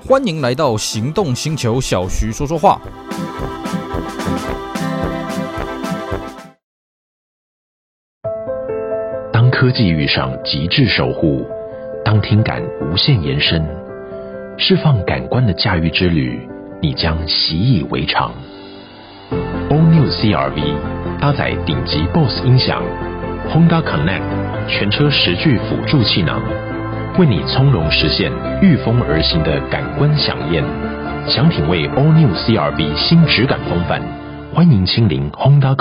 欢迎来到行动星球，小徐说说话。 当科技遇上极致守护，当听感无限延伸，释放感官的驾驭之旅，你将习以为常。All New CR-V 搭载顶级 BOSS 音响 ，Honda Connect 全车10具辅助气囊，为你从容实现御风而行的感官飨宴。想品味 All New CR-V 新质感风范，欢迎亲临 Honda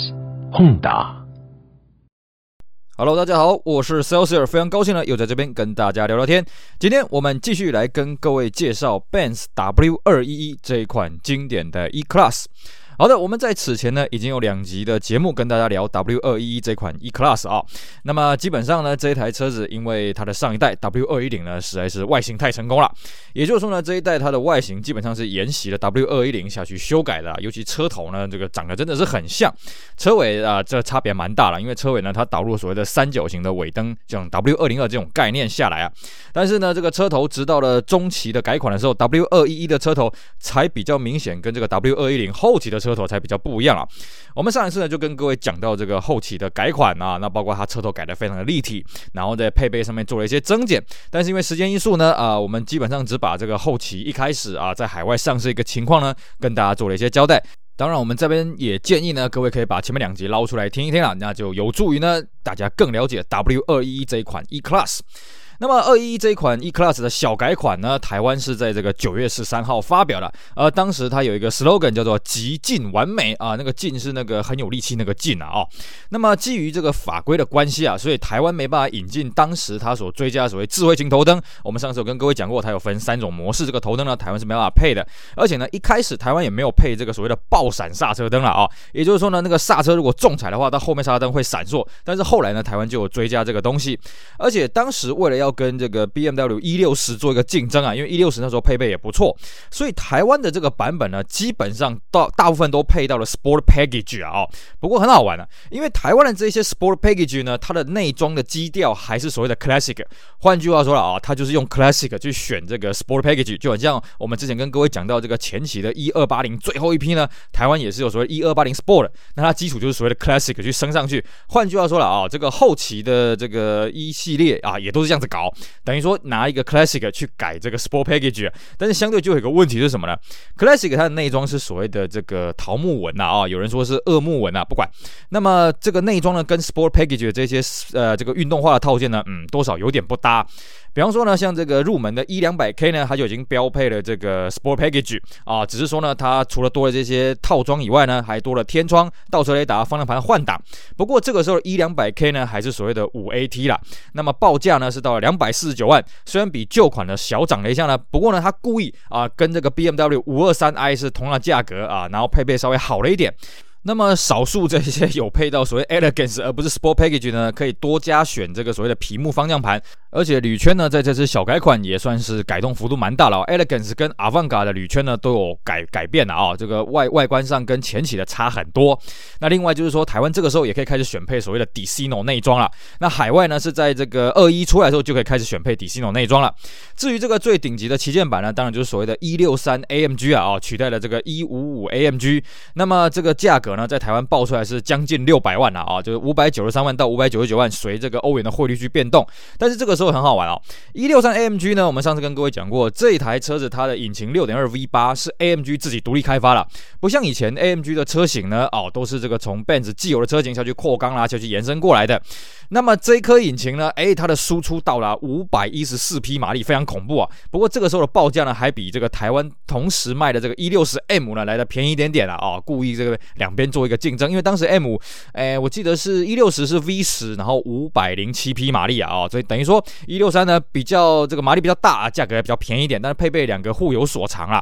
Cars。Honda。Hello， 大家好，我是 Celsius， 非常高兴呢，又在这边跟大家聊聊天。今天我们继续来跟各位介绍 Benz W211 这一款经典的 E-Class。好的，我们在此前呢已经有2集的节目跟大家聊 W211 这款 E-Class 啊。那么基本上呢，这一台车子因为它的上一代 W210 呢实在是外形太成功了，也就是说呢，这一代它的外形基本上是沿袭了 W210 下去修改的，尤其车头呢这个长得真的是很像，车尾这差别蛮大了，因为车尾呢它导入所谓的三角形的尾灯，这种 W202 这种概念下来啊。但是呢，这个车头直到了中期的改款的时候 ，W211 的车头才比较明显跟这个 W210 后期的车头才比较不一样了。我们上一次呢就跟各位讲到这个后期的改款啊，那包括它车头改得非常的立体，然后在配备上面做了一些增减。但是因为时间因素呢，我们基本上只把这个后期一开始在海外上市一个情况呢，跟大家做了一些交代。当然，我们这边也建议呢，各位可以把前面2集捞出来听一听啦，那就有助于呢大家更了解 W211 这一款 E-Class。那么211这一款 E-Class 的小改款呢，台湾是在这个9月13号发表的。当时它有一个 slogan 叫做极尽完美啊，那个尽是那个很有力气那个尽啊。那么基于这个法规的关系啊，所以台湾没办法引进当时它所追加的所谓智慧型头灯。我们上次有跟各位讲过，它有分3种模式，这个头灯呢台湾是没办法配的，而且呢一开始台湾也没有配这个所谓的爆闪刹车灯了啊。也就是说呢，那个刹车如果重踩的话，到后面刹车灯会闪烁。但是后来呢，台湾就有追加这个东西，而且当时为了要跟这个 BMW E60 做一个竞争啊，因为 E60 那时候配备也不错，所以台湾的这个版本呢，基本上大部分都配到了 Sport Package 啊。不过很好玩啊，因为台湾的这些 Sport Package 呢，它的内装的基调还是所谓的 Classic。换句话说了啊，它就是用 Classic 去选这个 Sport Package， 就很像我们之前跟各位讲到这个前期的1280最后一批呢，台湾也是有所谓1280 Sport， 那它基础就是所谓的 Classic 去升上去。换句话说了啊，这个后期的这个E系列啊，也都是这样子搞。等于说拿一个 Classic 去改这个 Sport Package， 但是相对就有一个问题是什么呢？ Classic 它的内装是所谓的这个桃木纹啊，有人说是恶木纹啊，不管。那么这个内装呢，跟 Sport Package 的这些这个运动化的套件呢，多少有点不搭。比方说呢，像这个入门的 E200K 呢，它就已经标配了这个 Sport Package 啊，只是说呢，它除了多了这些套装以外呢，还多了天窗、倒车雷达、方向盘换挡。不过这个时候 E200K 呢，还是所谓的 5AT 啦。那么报价呢是到了249万，虽然比旧款的小涨了一下呢，不过呢，它故意跟这个 BMW 523i 是同样的价格啊，然后配备稍微好了一点。那么少数这些有配到所谓 Elegance 而不是 Sport Package 呢，可以多加选这个所谓的皮木方向盘，而且铝圈呢在这次小改款也算是改动幅度蛮大了。Elegance 跟 Avantgarde 的铝圈呢都有改变了啊，这个外观上跟前期的差很多。那另外就是说，台湾这个时候也可以开始选配所谓的 Decino 内装了。那海外呢是在这个21出来的时候就可以开始选配 Decino 内装了。至于这个最顶级的旗舰版呢，当然就是所谓的 E63 AMG 啊，取代了这个155 AMG。那么这个价格呢，在台湾报出来是将近600万啊，就是593万到599万，随这个欧元的汇率去变动。但是这个时候很好玩哦，163 AMG 呢，我们上次跟各位讲过，这一台车子它的引擎 6.2 V8 是 AMG 自己独立开发了，不像以前 AMG 的车型呢，都是这个从 Benz 既有的车型下去扩缸啦，下去延伸过来的。那么这一颗引擎呢，它的输出到了514匹马力，非常恐怖啊。不过这个时候的报价呢，还比这个台湾同时卖的这个 E60M 呢来的便宜一点点啊，故意这个两边做一个竞争，因为当时 M 我记得是160是 V10， 然后507匹马力啊，所以等于说163呢比较这个马力比较大，价格也比较便宜一点，但是配备2个互有所长啦。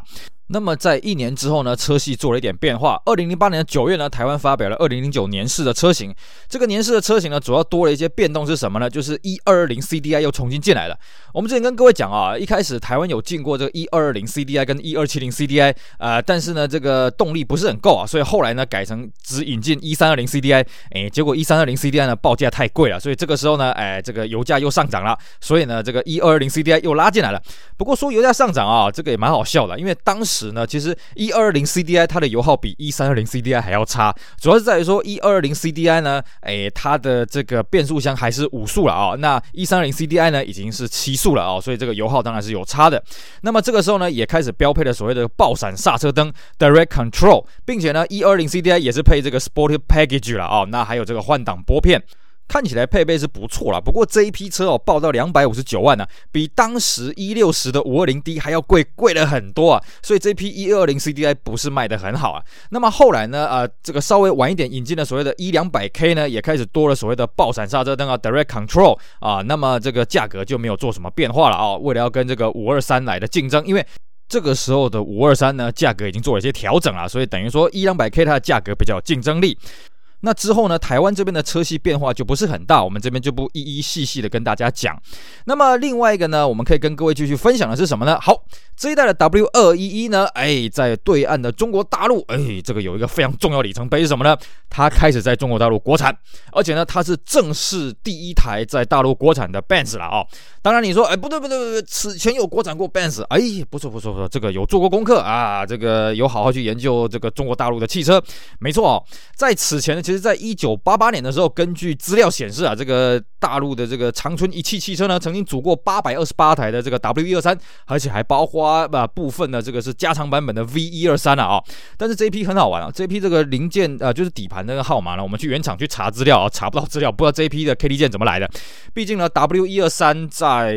那么在1年之后呢，车系做了一点变化。2008年9月呢，台湾发表了2009年式的车型。这个年式的车型呢，主要多了一些变动是什么呢？就是1220 CDI 又重新进来了。我们之前跟各位讲啊，一开始台湾有进过这个1220 CDI 跟1270 CDI，但是呢，这个动力不是很够啊，所以后来呢改成只引进1320 CDI，结果1320 CDI 呢报价太贵了，所以这个时候呢，这个油价又上涨了，所以呢，这个1220 CDI 又拉进来了。不过说油价上涨啊，这个也蛮好笑的，因为当时呢，其实1220 CDI 它的油耗比1320 CDI 还要差，主要是在于说1220 CDI 呢，它的这个变速箱还是5速了啊，那1320 CDI 呢已经是7速了啊，所以这个油耗当然是有差的。那么这个时候呢，也开始标配了所谓的爆闪刹车灯 Direct Control， 并且呢120 CDI 也是配这个 Sportive Package 了啊，那还有这个换挡拨片。看起来配备是不错啦，不过这一批车报到259万呢，比当时160的 520D 还要贵了很多啊，所以这批120 CDI 不是卖得很好啊。那么后来呢，这个稍微晚一点引进的所谓的1200K 呢，也开始多了所谓的爆闪刹车灯啊 ，Direct Control 啊，那么这个价格就没有做什么变化了啊，为了要跟这个523来的竞争，因为这个时候的523呢，价格已经做了一些调整了，所以等于说1200K 它的价格比较有竞争力。那之后呢，台湾这边的车系变化就不是很大，我们这边就不一一细细的跟大家讲。那么另外一个呢，我们可以跟各位继续分享的是什么呢？好，这一代的 W211 呢，在对岸的中国大陆，这个有一个非常重要里程碑是什么呢？它开始在中国大陆国产，而且呢，它是正式第一台在大陆国产的 Benz 了啊。当然你说，不对，此前有国产过 Benz， 不错，这个有做过功课啊，这个有好好去研究这个中国大陆的汽车，没错哦，在此前呢。其实，在1988年的时候，根据资料显示啊，这个大陆的这个长春一汽汽车呢，曾经组过828台的这个 W123，而且还包括部分的这个是加长版本的 V123啊。但是这一批很好玩啊，这一批这个零件就是底盘那个号码呢，我们去原厂去查资料啊，查不到资料，不知道这一批的 KD 件怎么来的。毕竟呢 W123 在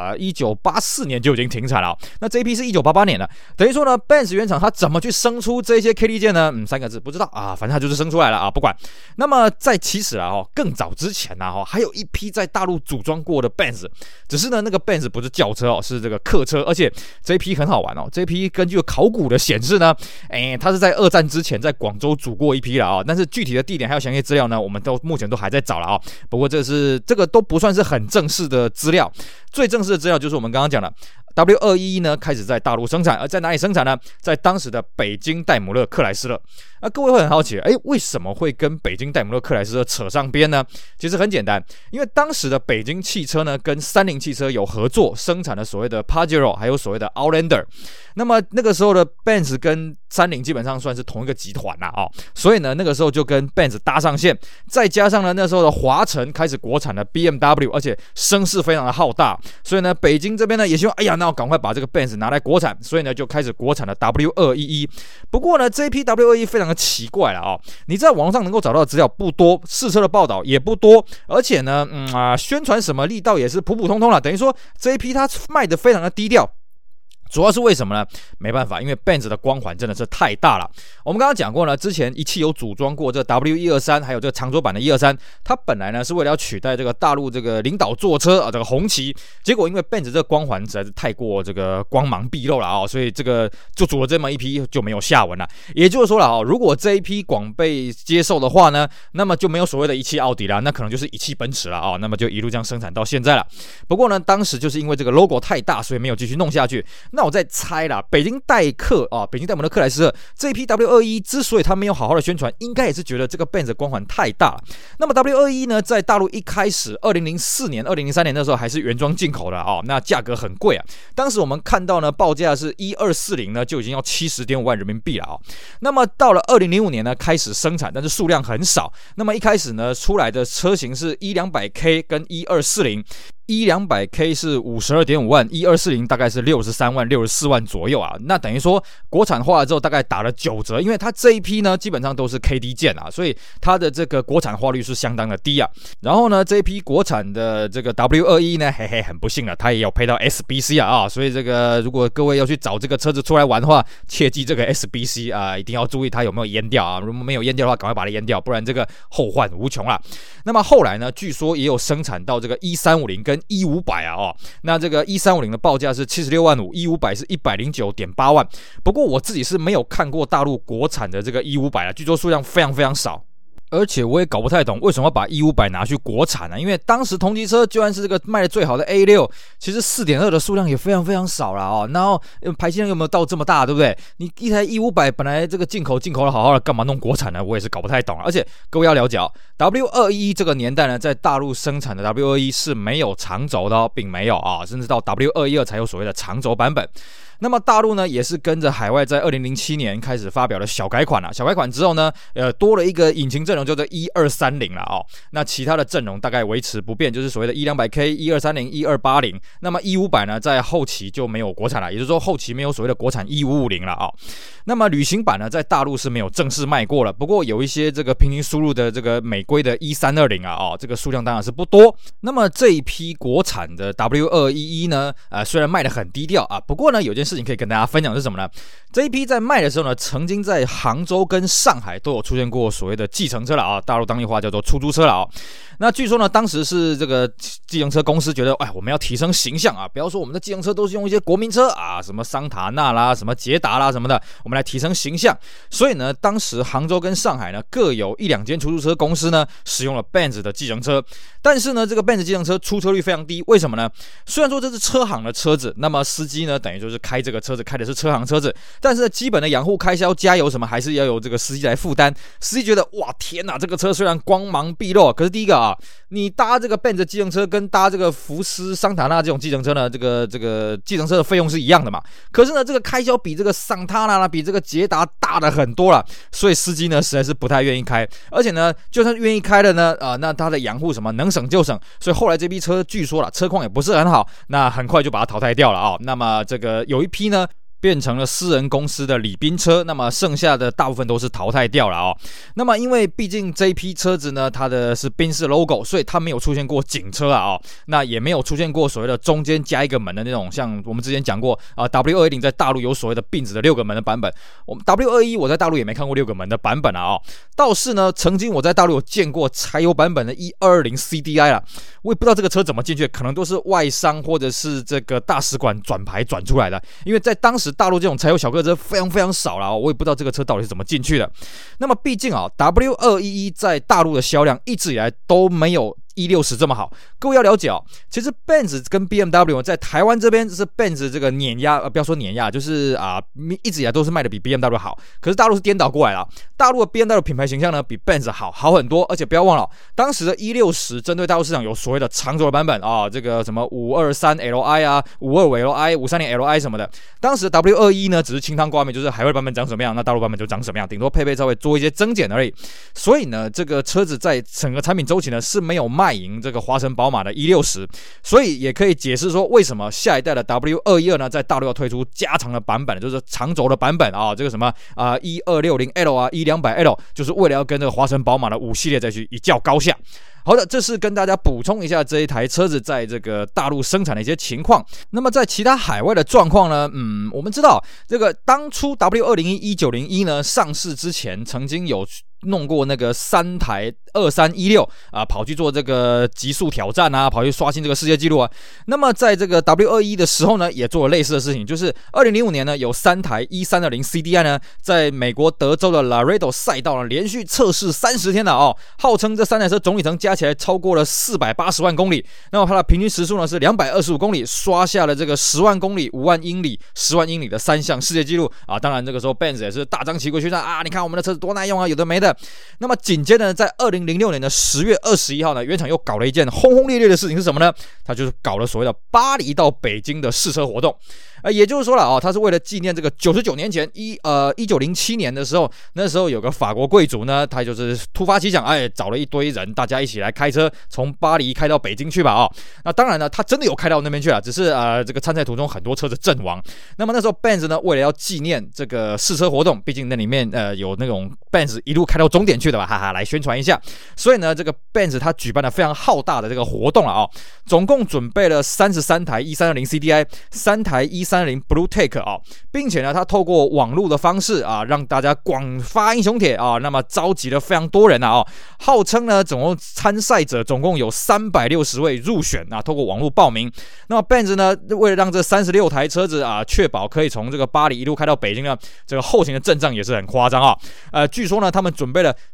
1984年就已经停产了，那这一批是1988年的，等于说呢 ，Benz 原厂它怎么去生出这些 KD 件呢？3个字不知道啊，反正它就是生出来了啊，不管。那么在其实更早之前还有一批在大陆组装过的 Benz， 只是呢那个 Benz 不是轿车是这个客车，而且这一批很好玩这一批根据考古的显示呢，它是在2战之前在广州组过一批了但是具体的地点还有详细资料呢，我们目前都还在找了不过这个都不算是很正式的资料，最正式的资料就是我们刚刚讲的。W211 呢开始在大陆生产，而在哪里生产呢？在当时的北京戴姆勒克莱斯勒。各位会很好奇，为什么会跟北京戴姆勒克莱斯勒扯上边呢？其实很简单，因为当时的北京汽车呢跟三菱汽车有合作生产的所谓的 Pajero， 还有所谓的 Outlander。那么那个时候的 Benz 跟三菱基本上算是同一个集团啦所以呢那个时候就跟 Benz 搭上线，再加上呢那时候的华晨开始国产的 BMW， 而且声势非常的浩大，所以呢北京这边呢也希望那我赶快把这个 Benz 拿来国产，所以呢就开始国产的 W211。不过呢这一批 W211 非常的奇怪了你在网上能够找到的资料不多，试车的报道也不多，而且呢宣传什么力道也是普普通通了，等于说这一批它卖的非常的低调。主要是为什么呢？没办法，因为 Benz 的光环真的是太大了。我们刚刚讲过呢，之前一汽有组装过这个 W123， 还有这个长轴版的123，它本来呢是为了要取代这个大陆这个领导座车这个红旗，结果因为 Benz 这个光环实在是太过这个光芒毕露了所以这个就组了这么一批就没有下文了。也就是说了如果这一批广被接受的话呢，那么就没有所谓的一汽奥迪了，那可能就是一汽奔驰了那么就一路这样生产到现在了。不过呢，当时就是因为这个 logo 太大，所以没有继续弄下去。那我在猜啦，北京戴姆勒克莱斯勒这一批 W211 之所以他没有好好的宣传，应该也是觉得这个 Benz 光环太大了。那么 W211 呢，在大陆一开始2004年、2003年的时候还是原装进口的那价格很贵当时我们看到呢，报价是1240呢就已经要70.5万人民币了那么到了2005年呢开始生产，但是数量很少。那么一开始呢出来的车型是1200K 跟1240。1200K 是 52.5 万，1240大概是63万、64万左右那等于说国产化了之后大概打了9折，因为它这一批呢基本上都是 KD 件所以它的这个国产化率是相当的低然后呢这一批国产的这个 W211 呢，很不幸了，它也有配到 SBC 所以这个如果各位要去找这个车子出来玩的话，切记这个 SBC 一定要注意它有没有淹掉如果没有淹掉的话，赶快把它淹掉，不然这个后患无穷啦。那么后来呢，据说也有生产到这个1350跟跟 E500 啊那这个 E350 的报价是76万5 ，E500 是 109.8 万。不过我自己是没有看过大陆国产的这个 E500 据说数量非常非常少。而且我也搞不太懂为什么要把 E500 拿去国产因为当时同级车就算是这个卖的最好的 A6， 其实 4.2 的数量也非常非常少啦然后排气量有没有到这么大，对不对？你一台 E500 本来这个进口的好好的，干嘛弄国产呢？我也是搞不太懂而且各位要了解W211 这个年代呢，在大陆生产的 W211 是没有长轴的并没有甚至到 W212 才有所谓的长轴版本。那么大陆呢，也是跟着海外在2007年开始发表了小改款小改款之后呢，多了一个引擎阵容叫做 E230 了那其他的阵容大概维持不变，就是所谓的 E200K、E230、E280。那么 E500 呢，在后期就没有国产了，也就是说后期没有所谓的国产 E550 了那么旅行版呢，在大陆是没有正式卖过了，不过有一些这个平行输入的这个美规的 E320 这个数量当然是不多。那么这一批国产的 W211 呢，虽然卖得很低调不过呢，有件事情可以跟大家分享是什么呢？这一批在卖的时候呢，曾经在杭州跟上海都有出现过所谓的计程车了大陆当地话叫做出租车了那据说呢，当时是这个计程车公司觉得，我们要提升形象不要说我们的计程车都是用一些国民车什么桑塔纳啦、什么捷达啦什么的，我们来提升形象。所以呢，当时杭州跟上海呢各有1-2间出租车公司呢使用了 Benz 的计程车，但是呢，这个 Benz 计程车出车率非常低，为什么呢？虽然说这是车行的车子，那么司机呢等于就是开这个车子开的是车行车子，但是基本的养护开销、加油什么还是要由这个司机来负担。司机觉得哇天哪，这个车虽然光芒毕露，可是第一个你搭这个 Benz 计程车跟搭这个福斯、桑塔纳这种计程车呢，这个计程车的费用是一样的嘛？可是呢，这个开销比这个桑塔纳比这个捷达大的很多了，所以司机呢实在是不太愿意开，而且呢，就算愿意开了呢，那它的养护什么能省就省，所以后来这批车据说车况也不是很好，那很快就把它淘汰掉了那么这个有一批呢，变成了私人公司的礼宾车，那么剩下的大部分都是淘汰掉了那么因为毕竟这一批车子呢，它的是宾士 logo， 所以它没有出现过警车那也没有出现过所谓的中间加一个门的那种，像我们之前讲过W210 在大陆有所谓的并置的6个门的版本，W211 我在大陆也没看过6个门的版本倒是呢，曾经我在大陆有见过柴油版本的 E220 CDI 啦，我也不知道这个车怎么进去，可能都是外商或者是这个大使馆转牌转出来的，因为在当时大陆这种柴油小客车非常非常少了我也不知道这个车到底是怎么进去的。那么毕竟W211 在大陆的销量一直以来都没有E60这么好。各位要了解其实 Benz 跟 BMW 在台湾这边是 Benz 这个碾压不要说碾压，就是一直以来都是卖的比 BMW 好，可是大陆是颠倒过来了，大陆的 BMW 品牌形象呢比 Benz 好很多，而且不要忘了当时的 E60 针对大陆市场有所谓的长轴的版本这个什么 523Li 525Li 530Li 什么的，当时的 W211 呢只是清汤挂面，就是海外版本长什么样，那大陆版本就长什么样，顶多配备稍微做一些增减而已。所以呢，这个车子在整个产品周期呢是没有卖赢这个华晨宝马的 E60， 所以也可以解释说为什么下一代的 W212 呢在大陆要推出加长的版本，就是长轴的版本这个什么E260L E200L， 就是为了要跟这个华晨宝马的5系列再去一较高下。好的，这是跟大家补充一下这一台车子在这个大陆生产的一些情况。那么在其他海外的状况呢？我们知道这个当初 W201 1901呢上市之前，曾经有弄过那个3台2316跑去做这个极速挑战跑去刷新这个世界纪录那么在这个 W211 的时候呢，也做了类似的事情，就是2005年呢有3台 E320 CDI 呢在美国德州的 Laredo 赛道呢连续测试30天了号称这3台车总里程加起来超过了480万公里，那么它的平均时速呢是225公里，刷下了这个10万公里、5万英里、10万英里的3项世界纪录当然这个时候 Benz 也是大张旗鼓宣传你看我们的车子多耐用有的没的。那么紧接着呢，在2006年的10月21号呢，原厂又搞了一件轰轰烈烈的事情是什么呢？它就是搞了所谓的巴黎到北京的试车活动。也就是说了它是为了纪念这个99年前1907年的时候，那时候有个法国贵族呢，他就是突发奇想找了一堆人，大家一起来开车从巴黎开到北京去吧那当然呢，他真的有开到那边去了，只是这个参赛途中很多车子阵亡。那么那时候 Benz 呢，为了要纪念这个试车活动，毕竟那里面有那种 Benz 一路开到终点去的吧，哈哈，来宣传一下。所以呢，这个 Benz 他举办了非常浩大的这个活动了总共准备了33台 E320 CDI， 3台 E320 E360 BlueTAC 啊，并且呢，它透过网络的方式啊，让大家广发英雄帖啊，那么召集了非常多人啊，号称呢，总共参赛者总共有360位入选啊，透过网络报名。那么 Benz 呢，为了让这36台车子啊，确保可以从这个巴黎一路开到北京呢，这个后勤的阵仗也是很夸张啊。据说呢，他们准备了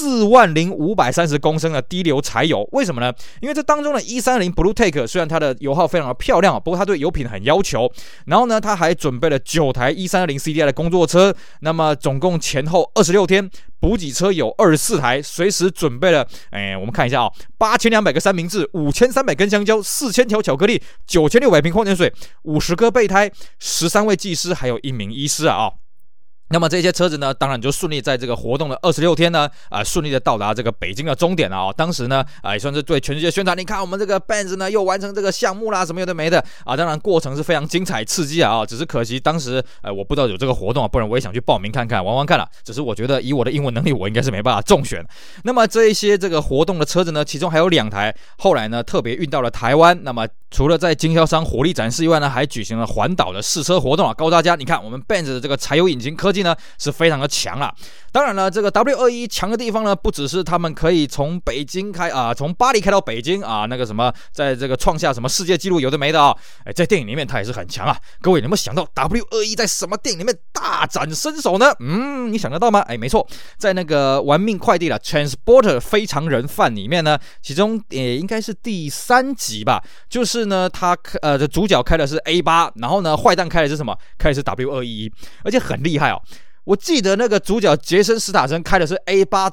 40530公升的低硫柴油，为什么呢？因为这当中的 E360 BlueTAC 虽然它的油耗非常的漂亮，不过它对油品很要求。然后呢，它还准备了9台 E360 CDI 的工作车，那么总共前后26天。补给车有24台，随时准备了。我们看一下啊，8200个三明治，5300根香蕉，4000条巧克力，9600瓶矿泉水，50颗备胎，13位技师，还有1名医师啊。那么这些车子呢，当然就顺利在这个活动的26天呢，顺利的到达这个北京的终点了啊。当时呢，也算是对全世界宣传，你看我们这个 Benz 呢又完成这个项目啦，什么有的没的啊。当然过程是非常精彩刺激啊，只是可惜当时我不知道有这个活动啊，不然我也想去报名看看玩玩看啦。只是我觉得以我的英文能力，我应该是没办法中选。那么这一些这个活动的车子呢，其中还有2台，后来呢特别运到了台湾。那么除了在经销商火力展示以外呢，还举行了环岛的试车活动啊，告诉大家，你看我们 Benz 的这个柴油引擎科技呢是非常的强啦。当然了，这个 W21 强的地方呢，不只是他们可以从北京从巴黎开到北京啊，那个什么，在这个创下什么世界纪录有的没的啊，在电影里面它也是很强啊。各位，你有没有想到 W21 在什么电影里面大展身手呢？你想得到吗？没错，在那个玩命快递的 Transporter 非常人贩里面呢，其中应该是第3集吧，就是呢，他的主角开的是 A8， 然后呢，坏蛋开的是什么？开的是 W21， 而且很厉害哦。我记得那个主角杰森·斯塔森开的是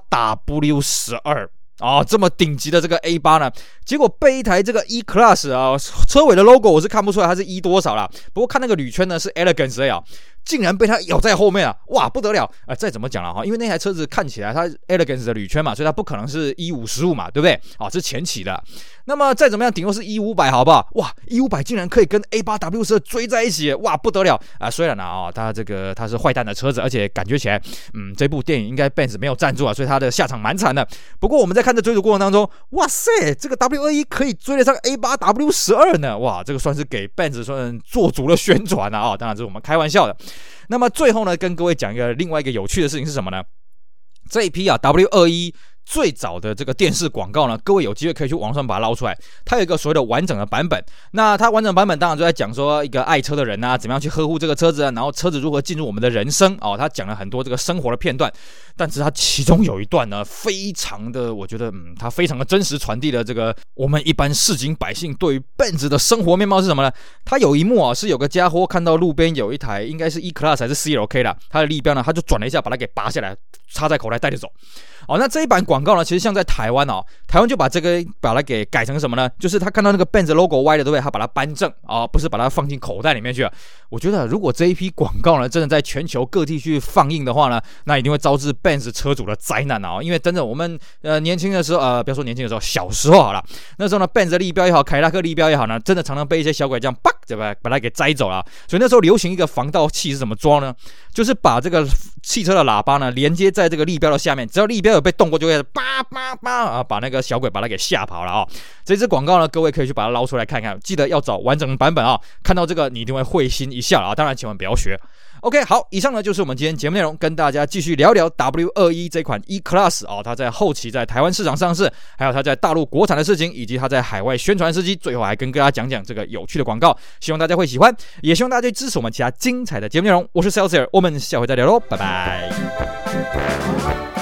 A8W12 啊，这么顶级的这个 A8 呢，结果被一台这个 E-Class 啊，车尾的 logo 我是看不出来它是 E 多少啦，不过看那个铝圈呢是 Elegance 啊。竟然被他咬在后面啊！哇，不得了！再怎么讲了哈，因为那台车子看起来它 Elegance 的铝圈嘛，所以它不可能是 E515嘛，对不对？是前期的。那么再怎么样，顶多是 E500 好不好？哇 ，E500 竟然可以跟 A8W12 追在一起，哇，不得了啊！虽然呢它是坏蛋的车子，而且感觉起来，这部电影应该 Benz 没有赞助啊，所以它的下场蛮惨的。不过我们在看这追逐过程当中，哇塞，这个 W21 可以追得上 A8W12 呢，哇，这个算是给 Benz 算做足了宣传啊！当然这是我们开玩笑的。那么最后呢，跟各位讲另外一个有趣的事情是什么呢？这一批W21最早的这个电视广告呢，各位有机会可以去网上把它捞出来。它有一个所谓的完整的版本，那它完整版本当然就在讲说一个爱车的人啊，怎么样去呵护这个车子啊，然后车子如何进入我们的人生哦。它讲了很多这个生活的片段，但是它其中有一段呢，非常的，我觉得它非常的真实传递了这个我们一般市井百姓对于 Benz 的生活面貌是什么呢？它有一幕啊，是有个家伙看到路边有一台应该是 E-Class 还是 CLK 啦，它的立标呢，他就转了一下，把它给拔下来，插在口袋带着走。那这一版广告呢，其实像在台湾台湾就把它给改成什么呢？就是他看到那个 Benz logo 歪的，对不对？他把它扳正不是把它放进口袋里面去了。我觉得如果这一批广告呢，真的在全球各地去放映的话呢，那一定会招致 Benz 车主的灾难因为真的我们年轻的时候不要说年轻的时候，小时候好了，那时候呢 Benz 的立标也好，凯迪拉克立标也好呢，真的常常被一些小鬼这样对吧，把它给摘走了。所以那时候流行一个防盗器是怎么装呢？就是把这个汽车的喇叭呢连接在这个立标的下面，只要立标有被动过，就会叭叭叭把那个小鬼把它给吓跑了这支广告呢，各位可以去把它捞出来看看，记得要找完整的版本看到这个你一定会会心一笑当然千万不要学。OK， 好，以上呢就是我们今天节目内容，跟大家继续聊聊 W21 这款 E-Class 它在后期在台湾市场上市，还有它在大陆国产的事情，以及它在海外宣传事迹，最后还跟大家讲讲这个有趣的广告，希望大家会喜欢，也希望大家支持我们其他精彩的节目内容。我是 Celsius， 我们下回再聊喽，拜拜。